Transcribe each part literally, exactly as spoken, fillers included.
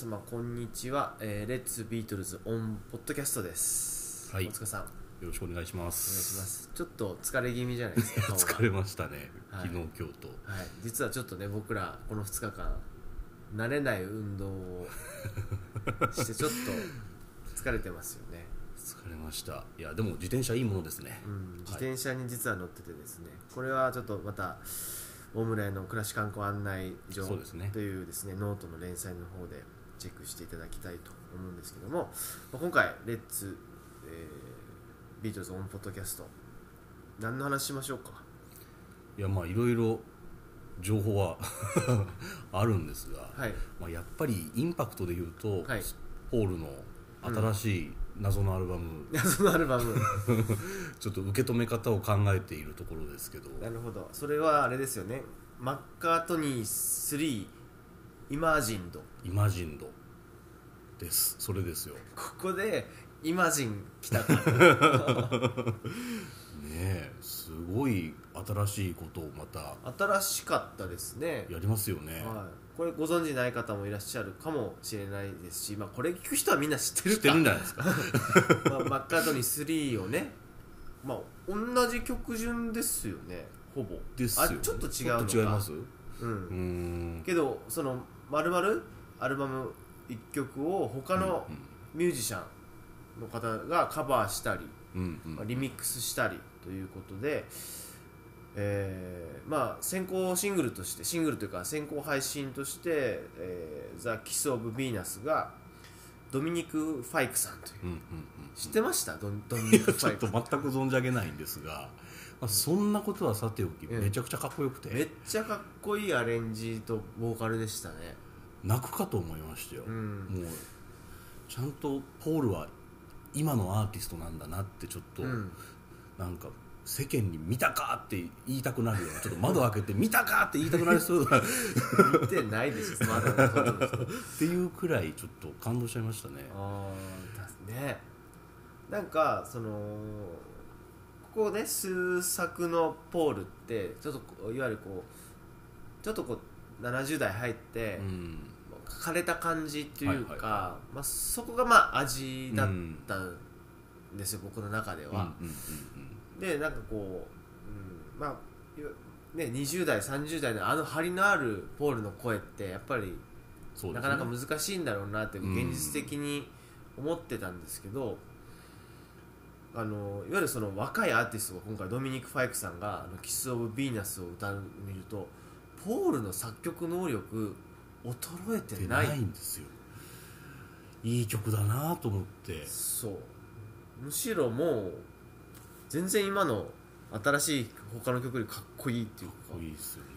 様こんにちは、えー、レッツビートルズオンポッドキャストです。 はい、 大塚さんよろしくお願いします。 お願いします。ちょっと疲れ気味じゃないですか。 疲れましたね、 はい、 昨日今日と、 はい、実はちょっとね僕らこのふつかかん慣れない運動をしてちょっと疲れてますよね。 疲れました。いやでも自転車いいものですね、 うん、自転車に実は乗っててですね、これはちょっとまた大村屋の暮らし観光案内所というですね、ノートの連載の方でチェックしていただきたいと思うんですけども、今回レッツ、えー、ビートルズオンポッドキャスト何の話しましょうか。 いやまあいろいろ情報はあるんですが、 はい、 まあ、やっぱりインパクトでいうと、 はい、 ポールの新しい謎のアルバム、うん、 謎のアルバムちょっと受け止め方を考えているところですけど。 なるほど。それはあれですよね、マッカートニースリーイマジンドイマジンドです。それですよ。 ここでイマジン来たかねえ、すごい新しいことをまた新しかったですね。 やりますよね、 はい、これご存知ない方もいらっしゃるかもしれないですし、まあ、これ聞く人はみんな知ってるか知ってるんじゃないですか、 まあ、マッカートニースリーをね、まあ、同じ曲順ですよね、ほぼですよ。 あちょっと違うのか。 ちょっと違います、 うん、 うーんけどその丸々アルバムいっきょくを他のミュージシャンの方がカバーしたり、 うんうんまあ、リミックスしたりということで、えー、まあ先行シングルとしてシングルというか先行配信として、えー、ザ・キス・オブ・ヴィーナスがドミニク・ファイクさんという、うんうんうん、知ってました？ド, ドミニク・ファイクちょっと全く存じ上げないんですが、まあ、そんなことはさておき、うん、めちゃくちゃかっこよくて、 めっちゃかっこいいアレンジとボーカルでしたね。 泣くかと思いましたよ、 うん、 もうちゃんとポールは今のアーティストなんだなってちょっと、うん、なんか世間に見たかって言いたくなるような、ちょっと窓開けて見たかって言いたくなりそうな見てないでしょまだっていうくらいちょっと感動しちゃいましたね。 あーね、なんかそのここね数作のポールってちょっといわゆるこうちょっとこうななじゅう代入って、うん、枯れた感じっていうか、はいはいはい、まあ、そこがまあ味だったんですよ、うん、僕の中では、うんうんうんうん、でなんかこう、うん、まあね、にじゅう代さんじゅう代のあの張りのあるポールの声ってやっぱりなかなか難しいんだろうなって現実的に思ってたんですけど、あのいわゆるその若いアーティストが今回ドミニク・ファイクさんがあのキス・オブ・ヴィーナスを歌う見るとポールの作曲能力衰えてない、 ないんですよ。いい曲だなと思って。 そう、むしろもう全然今の新しい他の曲よりかっこいいっていうか、 かっこいいですよね。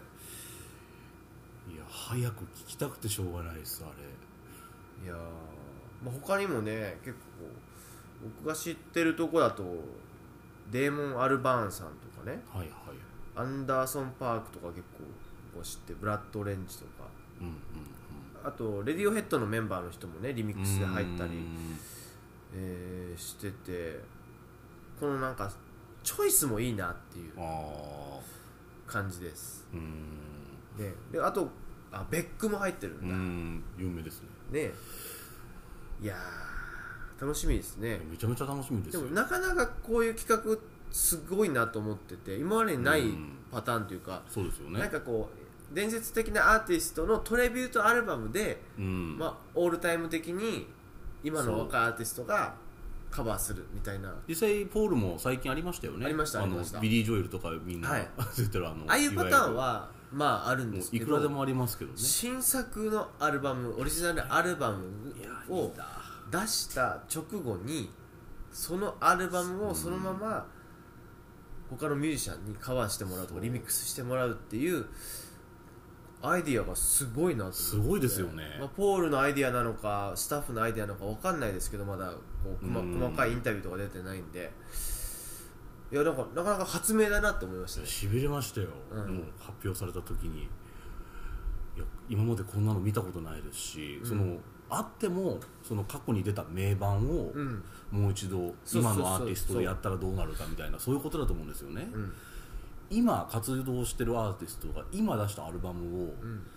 いや早く聴きたくてしょうがないですあれ。 いや、まあ、他にもね結構僕が知ってるとこだとデーモン・アルバーンさんとかね、 はいはい、 アンダーソン・パークとか結構知って、ブラッド・レンジとか、うんうんうん、あとレディオヘッドのメンバーの人もねリミックスで入ったり、えー、してて、このなんかチョイスもいいなっていう感じです。うん、で, であとあベックも入ってるんだ。うん、 有名ですね。 ね、いや楽しみですね。 めちゃめちゃ楽しみですよ。 でもなかなかこういう企画すごいなと思ってて、今までにないパターンというか、 うん、そうですよね。 なんかこう伝説的なアーティストのトレビュートアルバムで、うん、まあ、オールタイム的に今の若いアーティストがカバーするみたいな。 実際ポールも最近ありましたよね。 ありました、ありました。 ビリー・ジョエルとかみんな、はい、 ああいうパターンはまああるんですけど、 いくらでもありますけどね。 新作のアルバム、オリジナルアルバムを出した直後にそのアルバムをそのまま他のミュージシャンにカバーしてもらうとかリミックスしてもらうっていうアイディアがすごいなと思って。 すごいですよね、 まあ、ポールのアイディアなのかスタッフのアイディアなのか分かんないですけど、まだこう細かいインタビューとか出てないんで、いやなんかなかなか発明だなって思いましたね。 しびれましたよ、うん、もう発表された時に、いや今までこんなの見たことないですし、うん、そのあってもその過去に出た名盤をもう一度今のアーティストでやったらどうなるかみたいな、そういうことだと思うんですよね、うん、今活動してるアーティストが今出したアルバムを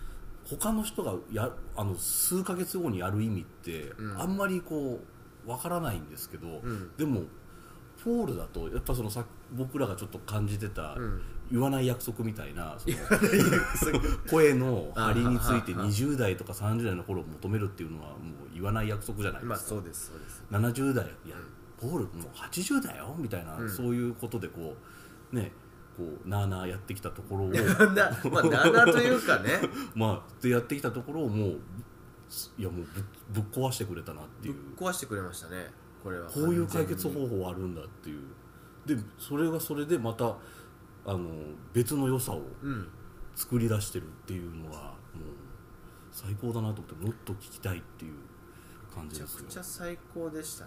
他の人がやあの数ヶ月後にやる意味って、うん、あんまりこうわからないんですけど、うん、でもポールだとやっぱそのさ僕らがちょっと感じてた、うん、言わない約束みたいなその声の張りについてにじゅう代とかさんじゅう代の頃を求めるっていうのはもう言わない約束じゃないですか、 まあ、そうですそうです。 ななじゅう代いやポールもうはちじゅうだよみたいな、うん、そういうことでこうねこうなあなあやってきたところをなまあなあなあというかねまあでやってきたところをもういやもう ぶ, ぶっ壊してくれたなっていう。 ぶっ壊してくれましたね。これはこういう解決方法あるんだっていう。でそれがそれでまたあの別の良さを作り出してるっていうのは、もう最高だなと思ってもっと聞きたいっていう感じですよ。 めちゃくちゃ最高でしたね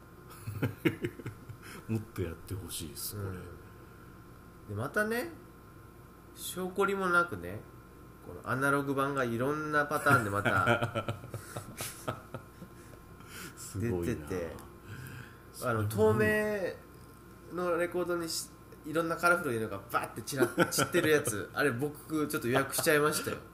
もっとやってほしいですこれ、うん、 でまたね証拠りもなくねこのアナログ版がいろんなパターンでまた出ててあの透明のレコードにしいろんなカラフルなのがバーって散ら散ってるやつあれ僕ちょっと予約しちゃいましたよ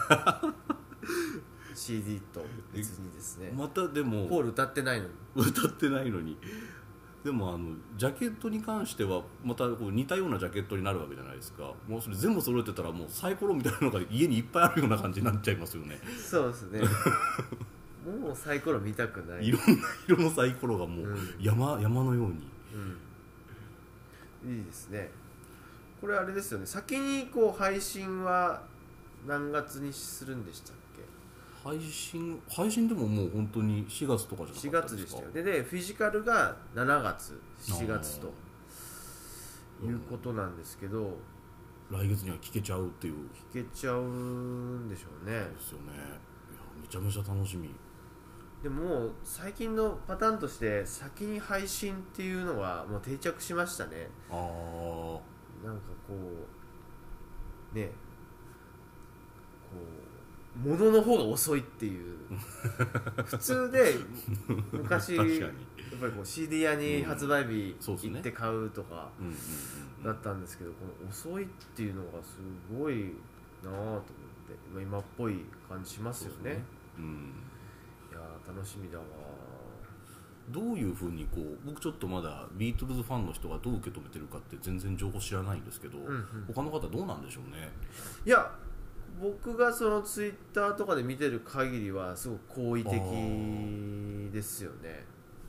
シーディー と別にですね。 またでもポール歌ってないのに歌ってないのにでもあのジャケットに関してはまたこう似たようなジャケットになるわけじゃないですか。もうそれ全部揃えてたらもうサイコロみたいなのが家にいっぱいあるような感じになっちゃいますよね。 そうですねもうサイコロ見たくない。 いろんな色のサイコロがもう山、うん、山のように、 うん、いいですね。これあれですよね、先にこう配信は何月にするんでしたっけ。 配信配信でももう本当にしがつとかじゃなかったですか。 しがつでしたよ。で、でフィジカルがしがつしがつということなんですけど、 来月には聞けちゃうっていう。 聞けちゃうんでしょうね。 ですよね。いやめちゃめちゃ楽しみ。 でも最近のパターンとして先に配信っていうのはもう定着しましたね。 ああ。 なんかこうねこう物の方が遅いっていう普通で昔やっぱりこう シーディー 屋に発売日行って買うとかだったんですけど、この遅いっていうのがすごいなぁと思って今っぽい感じしますよね。うん、いや楽しみだわ。 どういうふうにこう僕ちょっとまだビートルズファンの人がどう受け止めてるかって全然情報知らないんですけど、うんうん、他の方どうなんでしょうね。 いや僕がそのツイッターとかで見てる限りはすごく好意的ですよね。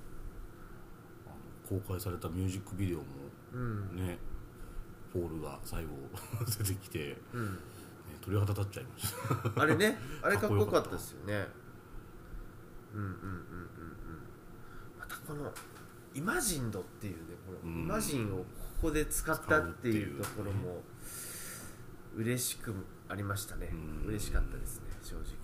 あの公開されたミュージックビデオも、うん、ねポールが最後出てきて、うんね、鳥肌立っちゃいましたあれねあれかっこよかったですよね。うんうんうんうんうんまたこのイマジンドっていうねこのイマジンをここで使ったっていうところも嬉しくありましたね。嬉しかったですね正直ね。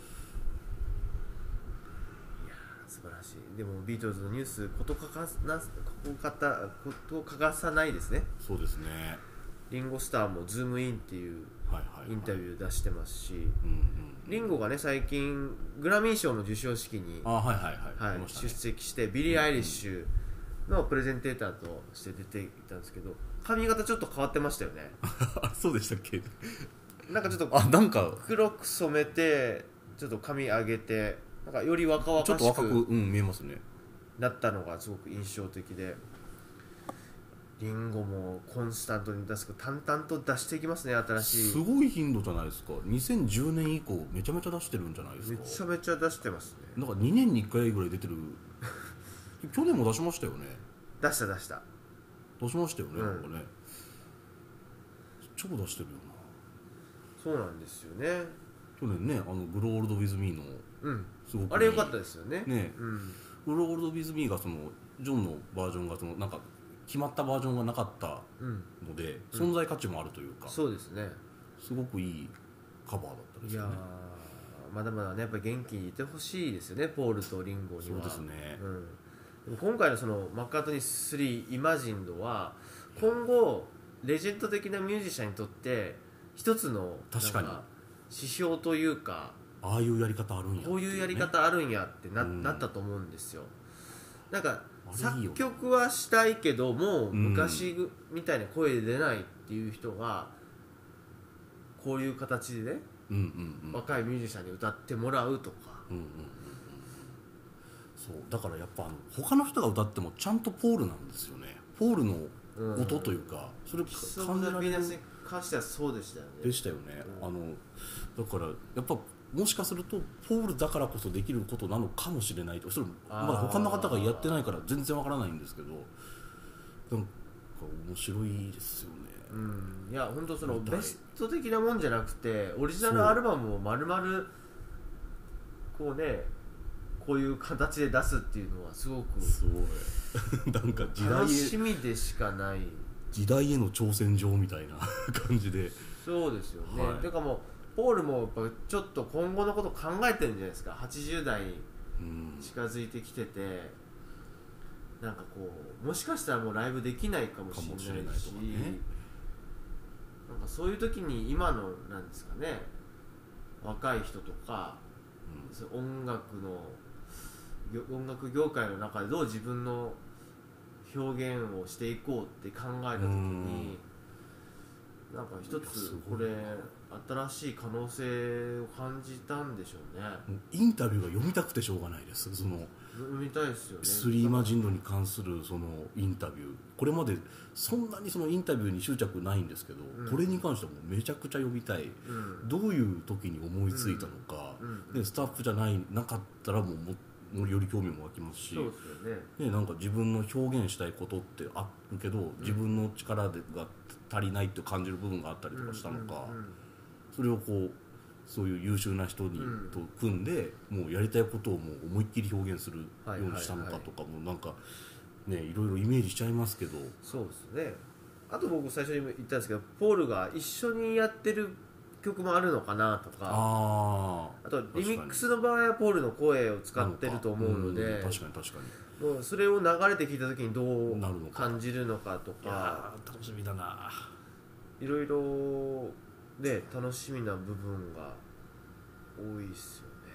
いや素晴らしい。でもビートルズのニュースことかかなことかたこと欠かさないですね。 そうですね。 リンゴスターもズームインっていうインタビュー出してますし、 うんうんうん、 リンゴがね最近グラミー賞の授賞式にあ、はいはいはいはい、 出席してビリー・アイリッシュのプレゼンテーターとして出ていたんですけど、髪型ちょっと変わってましたよねそうでしたっけ。 なんかちょっとあなんか黒く染めてちょっと髪上げてなんかより若々しくちょっと若く、うん、見えますね。 なったのがすごく印象的で、リンゴもコンスタントに出す淡々と出していきますね。新しいすごい頻度じゃないですか。にせんじゅうねん以降めちゃめちゃ出してるんじゃないですか。 めちゃめちゃ出してますね。 なんかにねんにいっかいぐらい出てる去年も出しましたよね。 出した出した出しましたよね、 うん、 なんかね超出してるよな。 そうなんですよね。 去年ねあのグロールドウィズミーの、 うん、 すごくあれ良かったですよね。 ね、うん、グロールドウィズミーがそのジョンのバージョンがそのなんか決まったバージョンがなかったので、うん、存在価値もあるというか、うん、 そうですね。 すごくいいカバーだったですよね。いやまだまだねやっぱり元気にいてほしいですよねポールとリンゴには。 そうですね、 うん、今回のそのマッカートニースリーイマジンドは今後レジェンド的なミュージシャンにとって一つの確かに指標というか、 ああいうやり方あるんや、 こういうやり方あるんやってな、うん、なったと思うんですよ。なんか作曲はしたいけどもう昔みたいな声で出ないっていう人がこういう形でねうんうんうん、 若いミュージシャンに歌ってもらうとか、 うんうんうんうん、そうだからやっぱあの他の人が歌ってもちゃんとポールなんですよね。ポールの音というか、うん、それ感じられる。ヴィーナスに関してはそうでしたよね。 でしたよね、うん、あのだからやっぱもしかするとポールだからこそできることなのかもしれないと。それまだ他の方がやってないから全然わからないんですけど、なんか面白いですよね。 うん、いや本当そのベスト的なもんじゃなくてオリジナルアルバムを丸々こうねこういう形で出すっていうのはすごくすごいなんか時代へ楽しみでしかない、 時代への挑戦状みたいな感じで。 そうですよね、はい、てかもうポールもやっぱちょっと今後のこと考えてるんじゃないですか。はちじゅう代に近づいてきてて、うん、なんかこうもしかしたらもうライブできないかもしれないし、ね、なんかそういう時に今のなんですかね若い人とか、うん、音楽の音楽業界の中でどう自分の表現をしていこうって考えた時に、なんか一つこれ新しい可能性を感じたんでしょうね。 インタビューが読みたくてしょうがないです。その読みたいですよね。 スリーマジンドに関するそのインタビュー、これまでそんなにそのインタビューに執着ないんですけど、うん、これに関してはもうめちゃくちゃ読みたい、うん、どういう時に思いついたのか、うんうん、でスタッフじゃないなかったらもうもより興味も湧きますし、 そうですよね。 でなんか自分の表現したいことってあるけど、自分の力でが足りないって感じる部分があったりとかしたのか、うんうんうん、それをこうそういう優秀な人に、うん、と組んでもうやりたいことをもう思いっきり表現するようにしたのかとかもなんかねいろいろイメージしちゃいますけど。 そうですね。あと僕最初に言ったんですけどポールが一緒にやってる曲もあるのかなとか、 あ, あとリミックスの場合はポールの声を使ってると思うので、 うん、確かに確かにもうそれを流れて聞いた時にどう感じるのかとか、 いや楽しみだな。 いろいろね楽しみな部分が多いっすよね。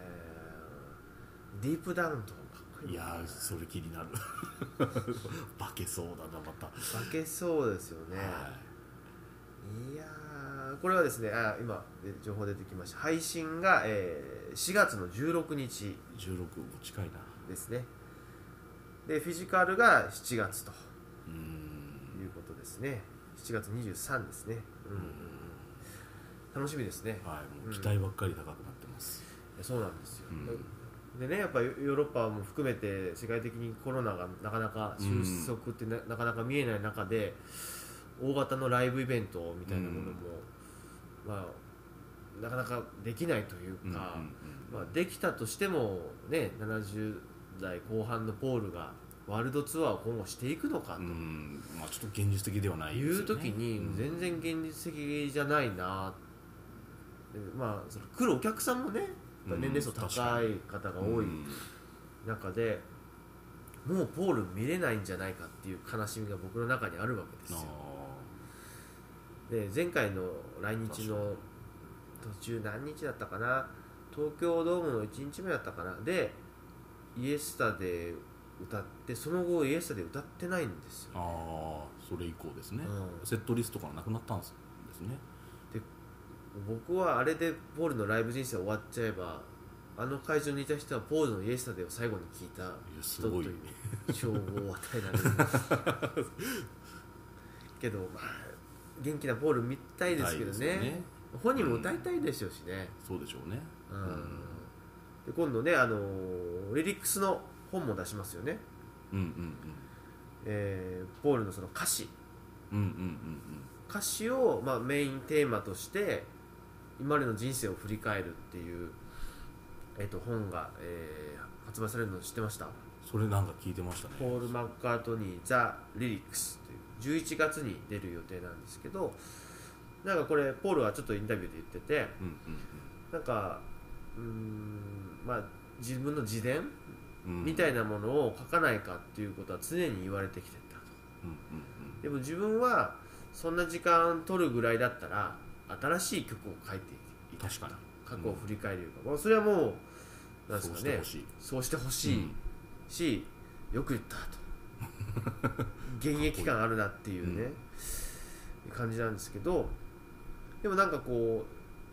ディープダウンとかかっこいい。 いやそれ気になる化けそうだなまた。 化けそうですよね、はい、いやこれはですねあ今情報出てきました。配信が、えー、しがつのじゅうろくにちじゅうろくも近いなですね。でフィジカルがしちがつということですね。しちがつにじゅうさんですね、うんうん、楽しみですね、 はい、もう期待ばっかり高くなってます、 うん、そうなんですよ、うん、でねやっぱヨーロッパも含めて世界的にコロナがなかなか収束って な,、うん、なかなか見えない中で大型のライブイベントみたいなものも、うんまあ、なかなかできないというか、うんうんうんまあ、できたとしても、ね、ななじゅう代後半のポールがワールドツアーを今後していくのかと、うんまあ、ちょっと現実的ではないですよね。いう時に全然現実的じゃないな、うん、まあその来るお客さんもね年齢層高い方が多い中で、うん、もうポール見れないんじゃないかっていう悲しみが僕の中にあるわけですよ。で前回の来日の途中何日だったかな、東京ドームのいちにちめだったかなでイエスタで歌ってその後イエスタで歌ってないんですよ、ね、 ああそれ以降ですね、 うん、 セットリストからなくなったんですね。 で僕はあれでポールのライブ人生終わっちゃえばあの会場にいた人はポールのイエスタでを最後に聴いた人という称号を与えられるけどまあ元気なポール見たいですけど ね, ね本人も歌いたいでしょうしね、 うん、そうでしょうね、 うん、で今度ねあのリリックスの本も出しますよね、 うんうんうんえー、ポールのその歌詞、 うんうんうんうん、 歌詞を、まあ、メインテーマとして今までの人生を振り返るっていう、えー、と本が、えー、発売されるの知ってました？ それなんか聞いてましたね。 ポール・マッカートニー・ザ・リリックスというじゅういちがつに出る予定なんですけど、なんかこれポールはちょっとインタビューで言ってて、うんうんうん、なんかうーんまあ自分の自伝みたいなものを書かないかっていうことは常に言われてきてたと、うんうんうん、でも自分はそんな時間取るぐらいだったら新しい曲を書いていた確かに過去を振り返るか、うん、それはもうなんですかね、 そうしてほしい、うん、しよく言ったと現役感あるなっていうね、うん、感じなんですけど、でもなんかこう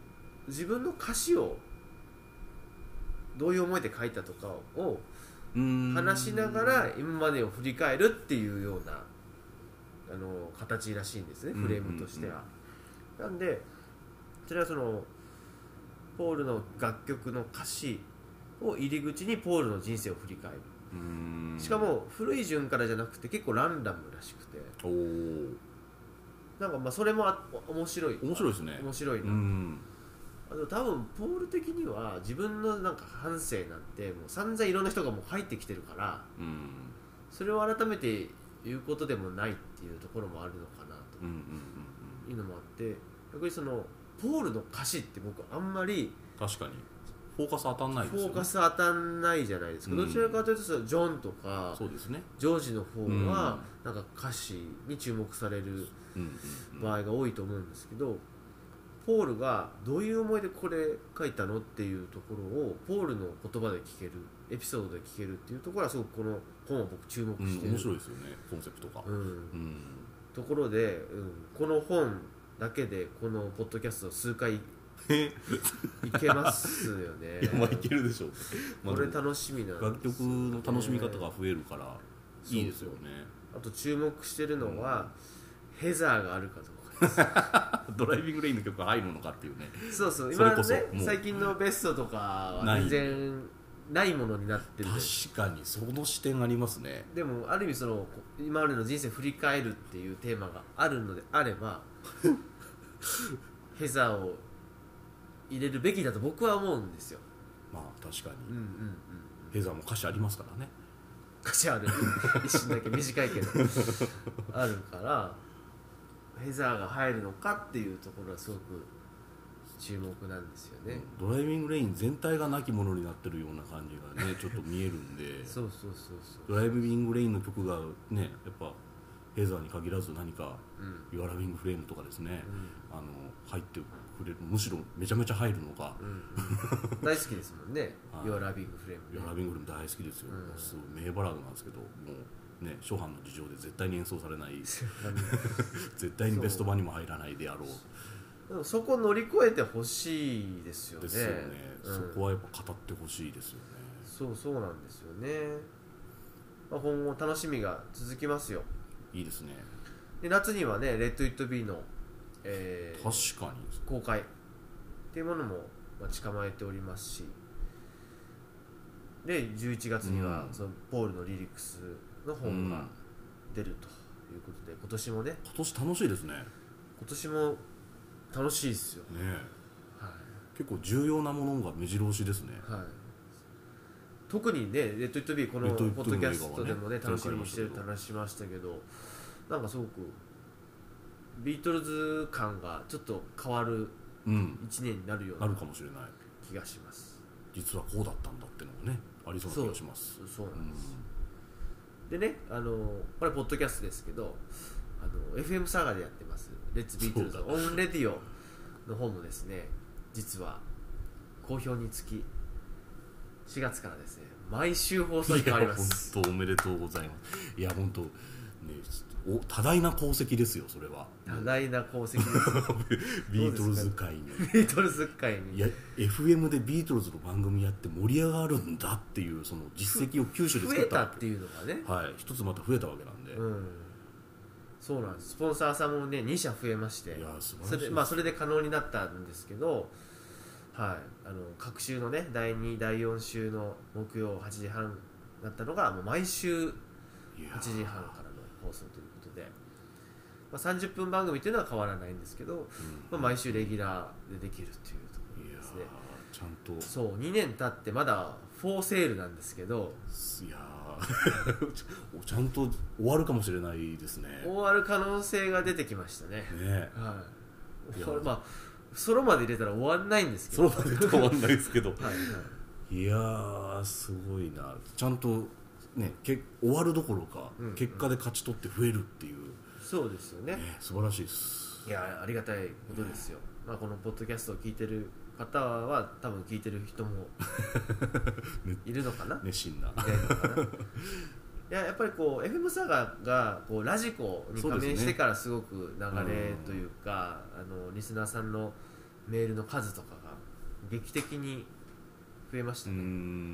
自分の歌詞をどういう思いで書いたとかを話しながら今までを振り返るっていうようなあの形らしいんですね、フレームとしては。なんでそれはそのポールの楽曲の歌詞を入り口にポールの人生を振り返る。 うーんしかも古い順からじゃなくて結構ランダムらしくて、 おーなんかまあそれもあ面白い面白いですね。 面白いな。 うんあと多分ポール的には自分のなんか反省なんてもう散々いろんな人がもう入ってきてるから、 うんそれを改めて言うことでもないっていうところもあるのかなとうんうんうんいうのもあって、逆にそのポールの歌詞って僕あんまり確かにフォーカス当たんないですよね。 フォーカス当たんないじゃないですか、 うんどちらかというとそのジョンとかそうですね。 ジョージの方はなんか歌詞に注目されるうんうんうん場合が多いと思うんですけど、ポールがどういう思いでこれ書いたのっていうところをポールの言葉で聞ける、エピソードで聞けるっていうところはすごくこの本を僕注目うんしてる、 面白いですよね、コンセプトが。 うんうんところで、うん、この本だけでこのポッドキャストを数回いけますよね。 いやまあいけるでしょう、まあこれ楽しみなんですよね。 楽曲の楽しみ方が増えるからいいですよね。 あと注目してるのは、うん、ヘザーがあるかどうかです。 ドライビングレインの曲が入るのかっていうね。 そうそう、 それ今ねこそもう最近のベストとかは全然ないものになってる。 確かにその視点ありますね。 でもある意味その今までの人生振り返るっていうテーマがあるのであればヘザーを入れるべきだと僕は思うんですよ。 まあ確かに、 うんうんうん、 ヘザーも歌詞ありますからね。 歌詞ある一瞬だけ短いけどあるからヘザーが入るのかっていうところはすごく注目なんですよね、 うん、ドライビングレイン全体が亡き者になってるような感じがねちょっと見えるんでそうそうそうそうドライビングレインの曲がねやっぱヘザーに限らず何か、うん、ユアラビングフレームとかですね、うん、あの入ってくれる、むしろめちゃめちゃ入るのが、 うんうん、大好きですもんねユアラビングフレーム、 ユアラビングフレーム大好きですよ、うん、すごい名バラードなんですけどもうね初版の事情で絶対に演奏されない絶対にベスト版にも入らないであろう。 でもそこを乗り越えてほしいですよね。 ですよね、 うん、 そこはやっぱ語ってほしいですよね。 そうそうなんですよね、まあ、今後楽しみが続きますよ。 いいですね。 で夏にはねレッド・イット・ビーの、えー、確かに公開っていうものも待ち構えておりますし、でじゅういちがつにはそのポールのリリックスの本が出るということで、今年もね今年楽しいですね。 今年も楽しいですよね、 はい、 結構重要なものが目白押しですね、 はい、特にねレッド・イット・ビーこのポッドキャストでもね楽しみにしてるって話しましたけど、なんかすごくビートルズ感がちょっと変わるいちねんになるような気がします、 うん、実はこうだったんだってのもねありそうな気がします。 そう、そうなんです、うん、でねあのこれポッドキャストですけどあの エフエム サガでやってますレッツビートルズオンレディオの方もですね実は好評につきしがつからですね毎週放送に変わります。 本当おめでとうございます。いや本当ねお多大な功績ですよそれは。 多大な功績ですビートルズ界にビートルズ界にいや エフエム でビートルズの番組やって盛り上がるんだっていうその実績を九州で作った増えたっていうのがねはい一つまた増えたわけなんで、 うん、そうなんです。スポンサーさんもねに社増えまして、 いや素晴らしいそれで、まあ、それで可能になったんですけど、はい、あの各週のねだいにだいよん週の木曜はちじはんだったのがもう毎週はちじはんからの放送ということで、まあ、さんじゅっぷん番組というのは変わらないんですけど、うんまあ、毎週レギュラーでできるというところですね。 ちゃんとそうにねん経ってまだフォーセールなんですけど、 いやちゃんと終わるかもしれないですね。 終わる可能性が出てきましたね。 ねはい、これまあソロまで入れたら終わんないんですけど、 ソロまで終わんないですけどはい、 はい、 いやーすごいな。ちゃんとねけ終わるどころか、うんうん、結果で勝ち取って増えるっていう。 そうですよね、 ね素晴らしいです。 いやありがたいことですよ、ねまあ、このポッドキャストを聞いてる方は多分聞いてる人もいるのかな熱心なみたいなのかないややっぱりこう エフエム サガがこうラジコに加盟してからすごく流れというか、ね、あのリスナーさんのメールの数とかが劇的に増えましたね。 うん、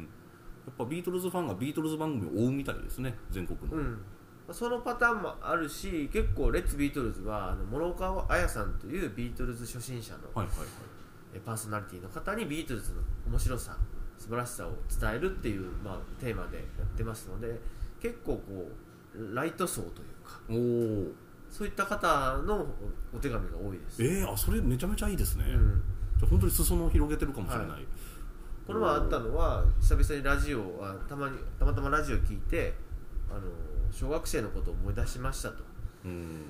やっぱビートルズファンがビートルズ番組を追うみたいですね、全国の。 うん、そのパターンもあるし、結構レッツビートルズはあの諸岡彩さんというビートルズ初心者の、 はいはいはい、 パーソナリティの方にビートルズの面白さ、素晴らしさを伝えるっていう、まあ、テーマでやってますので、結構こうライト層というか、 おそういった方のお手紙が多いです。 えー、あ、それめちゃめちゃいいですね、 うん、 じゃあ本当に裾野を広げてるかもしれない、はい、 この前あったのは久々にラジオはたまにたまたまラジオ聞いて、あの小学生のことを思い出しましたと、うん、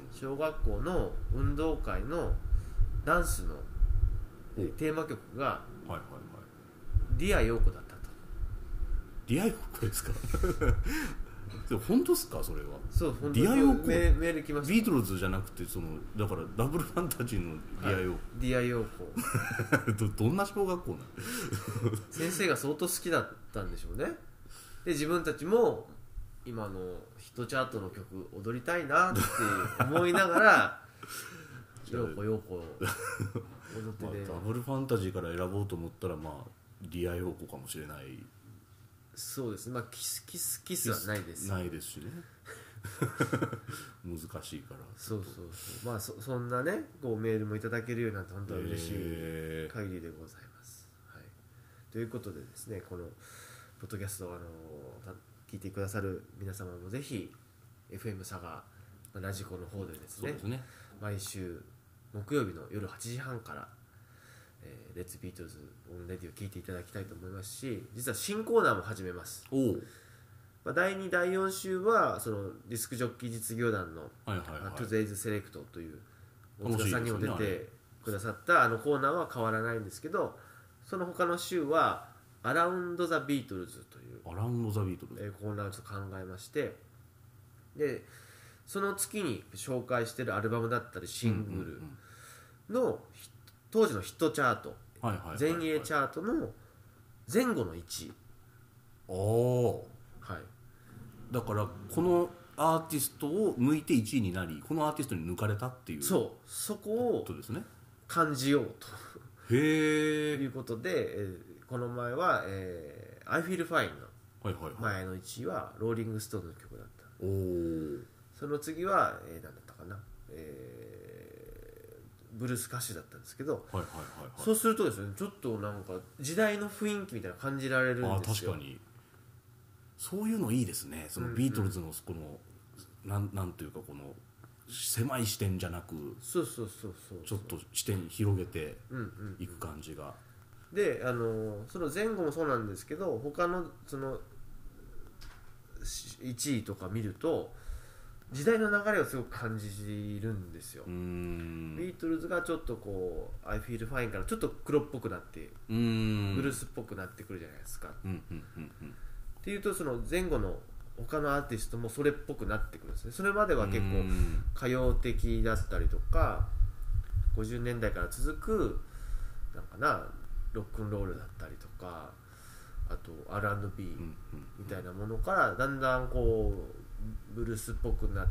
小学校の運動会のダンスのテーマ曲が、はいはいはい、ディア陽子だったと。 ディア陽子ですか本当ですか、それは。 そう本当。 ディア陽子、 メール来ました。 ビートルズじゃなくて、そのだからダブルファンタジーのディア陽子、はい、 ディア陽子ど, どんな小学校なの先生が相当好きだったんでしょうね。で自分たちも今のヒットチャートの曲踊りたいなって思いながら陽子陽子踊ってね、 まあ、ダブルファンタジーから選ぼうと思ったら、まあディア陽子かもしれない。 そうですね、まあキスキスキスはないです、 ないですしね難しいから。 そうそうそう、まあ そ, そんなねこうメールもいただけるようになって本当は嬉しい限りでございます、はい、ということでですね、このポッドキャストをあの聞いてくださる皆様もぜひ エフエム 佐賀ラジコの方でですね、 そうですね、 毎週木曜日の夜はちじはんからえー、レッツビートルズオンレディを聞いていただきたいと思いますし、実は新コーナーも始めます。 お、 まあ、だいにだいよん週はそのディスクジョッキー実業団の、はいはいはい、トゥゼイズセレクトという大塚さんにも出てくださったあのコーナーは変わらないんですけど、その他の週はアラウンドザビートルズというアラウンドザビートルズ、 えー、コーナーをちょっと考えまして、でその月に紹介しているアルバムだったりシングルの、うんうんうん、当時のヒットチャート、はいはいはいはい、全英チャートの前後のいちい、 お、 はい、 だからこのアーティストを抜いていちいになり、このアーティストに抜かれたっていう、 そう、そこを感じようとへいうことで、えー、この前は、えー、I Feel Fine の前のいちいはローリングストーンの曲だった。お、その次は、えー、何だったかな、えーブルース歌手だったんですけど、はいはいはいはい、そうするとですね、ちょっとなんか時代の雰囲気みたいな感じられるんですよ。 あ、確かにそういうのいいですね。そのビートルズのこの、うんうん、なんなんというかこの狭い視点じゃなく、 そうそうそうそう、 ちょっと視点広げていく感じが、 うんうんうん、で、あのその前後もそうなんですけど、他のそのいちいとか見ると時代の流れをすごく感じるんですよ。うーん、ビートルズがちょっとこう I Feel Fine からちょっと黒っぽくなって、うーん、ブルースっぽくなってくるじゃないですか、うんうんうんうん、っていうとその前後の他のアーティストもそれっぽくなってくるんですね。それまでは結構歌謡的だったりとかごじゅうねんだいから続くなんかなロックンロールだったりとか、あと アールアンドビー みたいなものからだんだんこうブルースっぽくなって、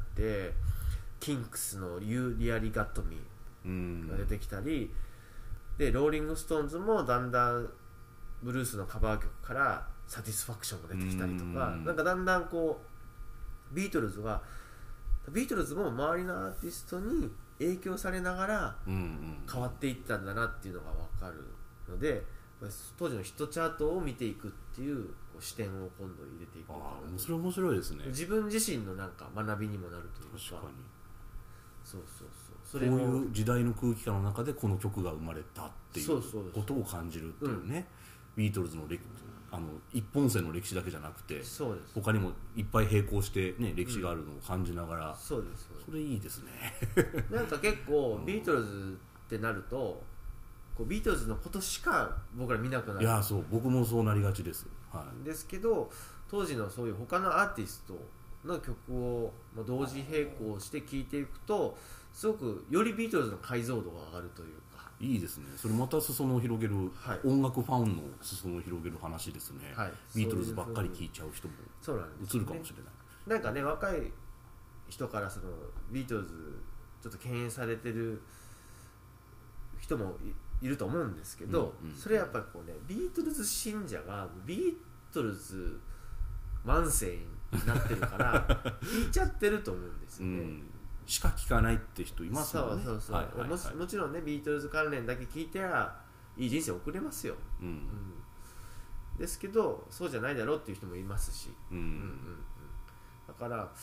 キンクスの You Really Got Me が出てきたりで、ローリングストーンズもだんだんブルースのカバー曲からサティスファクションが出てきたりとか、なんかだんだんこうビートルズはビートルズも周りのアーティストに影響されながら変わっていったんだなっていうのが分かるので、当時のヒットチャートを見ていくっていう視点を今度入れていくのかな。 それ面白いですね。 自分自身のなんか学びにもなるというか。確かに。そうそうそう。 それこういう時代の空気感の中でこの曲が生まれたっていうことを感じるっていうね。ビートルズの歴あの一本線の歴史だけじゃなくて、そうです、他にもいっぱい並行してね歴史があるのを感じながら、うん、そうですそうです。それいいですね。 なんか結構ビートルズってなると。こうビートルズのことしか僕ら見なくなる。 いや、そう僕もそうなりがちです、はい、ですけど当時のそういう他のアーティストの曲を同時並行して聴いていくとすごくよりビートルズの解像度が上がるというか。 いいですね。それまた裾野を広げる、はい、音楽ファンの裾野を広げる話ですね、はい、ビートルズばっかり聴いちゃう人も映るかもしれない。 なんかね、若い人からそのビートルズちょっと敬遠されてる人もいると思うんですけど、 うんうん、 それやっぱりこうねビートルズ信者がビートルズ慢性になってるから聞いちゃってると思うんですよね、うん、 しか聞かないって人いますよね。 そうそうそう、はいはいはい、もしもちろんねビートルズ関連だけ聞いてらいい人生送れますよ、うんうん、ですけどそうじゃないだろうっていう人もいますし、うんうんうん、だから、うん、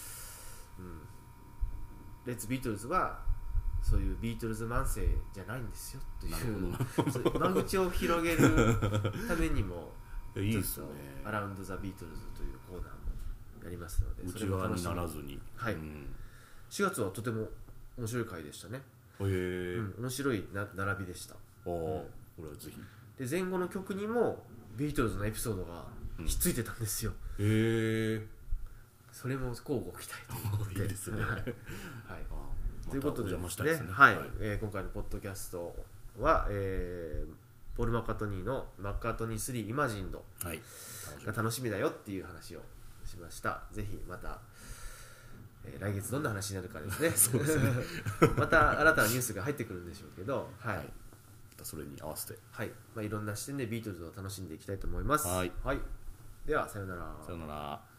レッツビートルズはそういうビートルズ慢性じゃないんですよという間口を広げるためにもいいですね。 アラウンド・ザ・ビートルズというコーナーもやりますので、 内側にならずに、 はい、うん、しがつはとても面白い回でしたね。 へー、 うん、面白いな並びでした。あ、 うん、これはぜひ。 で前後の曲にもビートルズのエピソードがひっついてたんですよ、 うん、へー、 それも交互期待と思っていいですね、はい、はい、 ということでですね、 ですね、 はい、はい、えー、今回のポッドキャストは、えー、ポール・マッカートニーのマッカートニースリーイマジンドが楽しみだよっていう話をしました。ぜひまた、えー、来月どんな話になるかですねそうですねまた新たなニュースが入ってくるんでしょうけど、はい、はい、 それに合わせて、 はい、まあ、いろんな視点でビートルズを楽しんでいきたいと思います。 はい、 はい、ではさよなら。 さよなら。